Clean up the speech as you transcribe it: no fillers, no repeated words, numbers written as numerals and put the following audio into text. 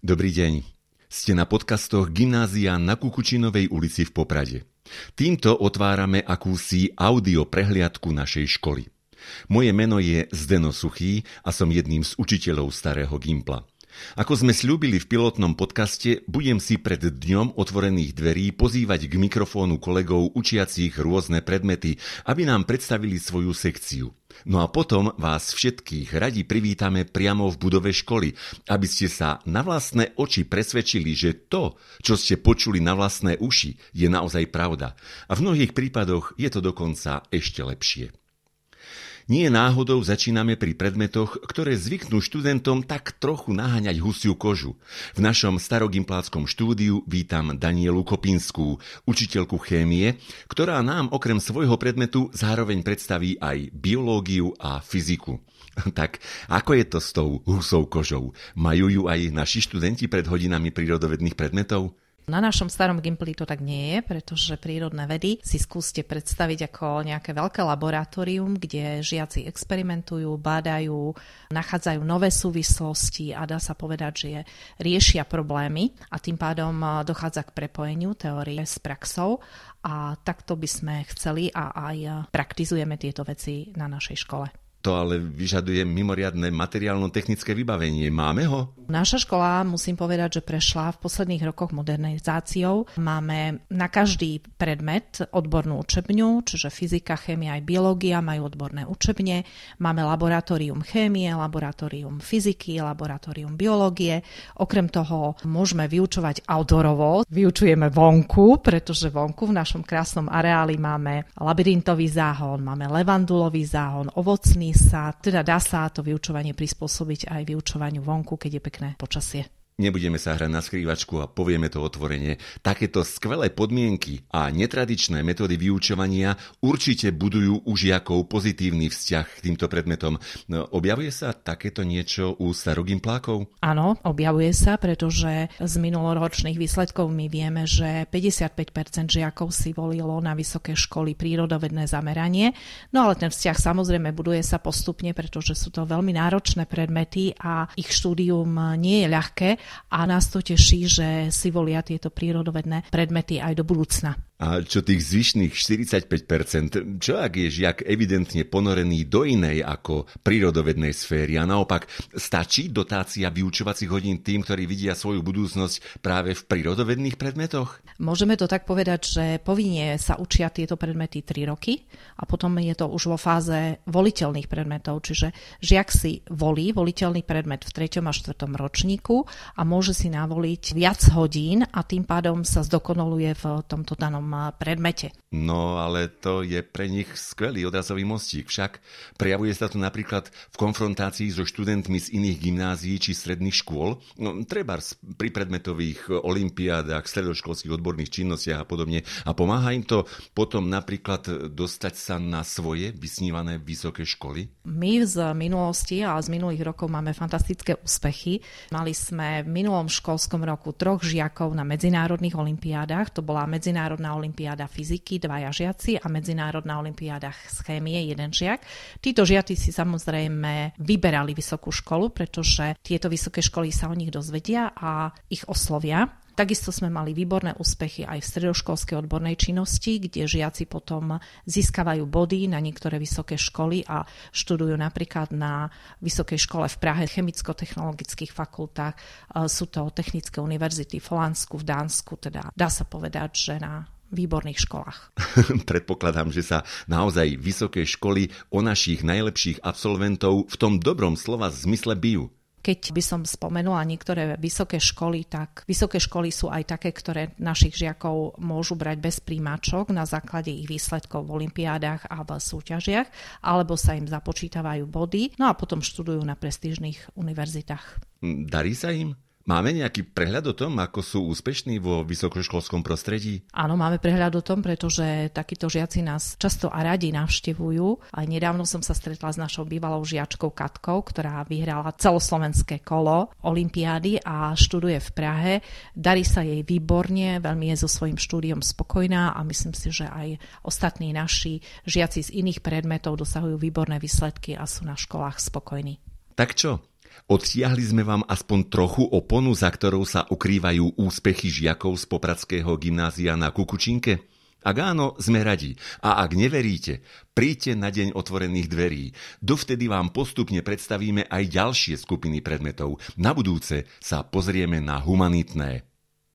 Dobrý deň. Ste na podcastoch Gymnázia na Kukučinovej ulici v Poprade. Týmto otvárame akúsi audio prehliadku našej školy. Moje meno je Zdeno Suchý a som jedným z učiteľov starého Gimpla. Ako sme sľúbili v pilotnom podcaste, budem si pred dňom otvorených dverí pozývať k mikrofónu kolegov učiacich rôzne predmety, aby nám predstavili svoju sekciu. No a potom vás všetkých radi privítame priamo v budove školy, aby ste sa na vlastné oči presvedčili, že to, čo ste počuli na vlastné uši, je naozaj pravda. A v mnohých prípadoch je to dokonca ešte lepšie. Nie náhodou začíname pri predmetoch, ktoré zvyknú študentom tak trochu naháňať husiu kožu. V našom starogimpláckom štúdiu vítam Danielu Kopinskú, učiteľku chémie, ktorá nám okrem svojho predmetu zároveň predstaví aj biológiu a fyziku. Tak ako je to s tou husou kožou? Majú ju aj naši študenti pred hodinami prírodovedných predmetov? Na našom starom Gimpli to tak nie je, pretože prírodné vedy si skúste predstaviť ako nejaké veľké laboratórium, kde žiaci experimentujú, bádajú, nachádzajú nové súvislosti a dá sa povedať, že riešia problémy a tým pádom dochádza k prepojeniu teórie s praxou a takto by sme chceli a aj praktizujeme tieto veci na našej škole. To ale vyžaduje mimoriadne materiálno-technické vybavenie. Máme ho? Naša škola, musím povedať, že prešla v posledných rokoch modernizáciou. Máme na každý predmet odbornú učebňu, čiže fyzika, chémia aj biológia majú odborné učebne. Máme laboratórium chémie, laboratórium fyziky, laboratórium biológie. Okrem toho môžeme vyučovať outdoorovo. Vyučujeme vonku, pretože vonku v našom krásnom areáli máme labyrintový záhon, máme levandulový záhon, ovocný sa, teda dá sa to vyučovanie prispôsobiť aj vyučovaniu vonku, keď je pekné počasie. Nebudeme sa hrať na skrývačku a povieme to otvorene. Takéto skvelé podmienky a netradičné metódy vyučovania určite budujú u žiakov pozitívny vzťah k týmto predmetom. No, objavuje sa takéto niečo u starogimplákov? Áno, objavuje sa, pretože z minuloročných výsledkov my vieme, že 55% žiakov si volilo na vysoké školy prírodovedné zameranie. No ale ten vzťah samozrejme buduje sa postupne, pretože sú to veľmi náročné predmety a ich štúdium nie je ľahké. A nás to teší, že si volia tieto prírodovedné predmety aj do budúcna. A čo tých zvyšných 45%, čo ak je žiak evidentne ponorený do inej ako prírodovednej sféry a naopak stačí dotácia vyučovacích hodín tým, ktorí vidia svoju budúcnosť práve v prírodovedných predmetoch? Môžeme to tak povedať, že povinne sa učia tieto predmety 3 roky a potom je to už vo fáze voliteľných predmetov, čiže žiak si volí voliteľný predmet v 3. a 4. ročníku a môže si navoliť viac hodín a tým pádom sa zdokonaluje v tomto danom predmete. No, ale to je pre nich skvelý odrazový mostík. Však prejavuje sa to napríklad v konfrontácii so študentmi z iných gymnázií či stredných škôl, trebárs pri predmetových olympiádach, stredoškolských odborných činnostiach a podobne. A pomáha im to potom napríklad dostať sa na svoje vysnívané vysoké školy? My z minulosti a z minulých rokov máme fantastické úspechy. Mali sme v minulom školskom roku 3 žiakov na medzinárodných olympiádach. To bola medzinárodná olympiáda fyziky, 2 žiaci a medzinárodná olympiáda z chémie, 1 žiak. Títo žiaci si samozrejme vyberali vysokú školu, pretože tieto vysoké školy sa o nich dozvedia a ich oslovia. Takisto sme mali výborné úspechy aj v stredoškolskej odbornej činnosti, kde žiaci potom získavajú body na niektoré vysoké školy a študujú napríklad na vysokej škole v Prahe, chemicko-technologických fakultách. Sú to technické univerzity v Holandsku, v Dánsku, teda dá sa povedať, že na výborných školách. Predpokladám, že sa naozaj vysoké školy o našich najlepších absolventov v tom dobrom slova zmysle bijú. Keď by som spomenula niektoré vysoké školy, tak vysoké školy sú aj také, ktoré našich žiakov môžu brať bez príjmačok na základe ich výsledkov v olympiádach a v súťažiach, alebo sa im započítavajú body, no a potom študujú na prestížnych univerzitách. Darí sa im? Máme nejaký prehľad o tom, ako sú úspešní vo vysokoškolskom prostredí? Áno, máme prehľad o tom, pretože takíto žiaci nás často a radi navštevujú. Aj nedávno som sa stretla s našou bývalou žiačkou Katkou, ktorá vyhrala celoslovenské kolo olympiády a študuje v Prahe. Darí sa jej výborne, veľmi je so svojím štúdiom spokojná a myslím si, že aj ostatní naši žiaci z iných predmetov dosahujú výborné výsledky a sú na školách spokojní. Tak čo? Odtiahli sme vám aspoň trochu oponu, za ktorou sa ukrývajú úspechy žiakov z popradského gymnázia na Kukučinke? Ak áno, sme radi. A ak neveríte, príďte na deň otvorených dverí. Dovtedy vám postupne predstavíme aj ďalšie skupiny predmetov. Na budúce sa pozrieme na humanitné.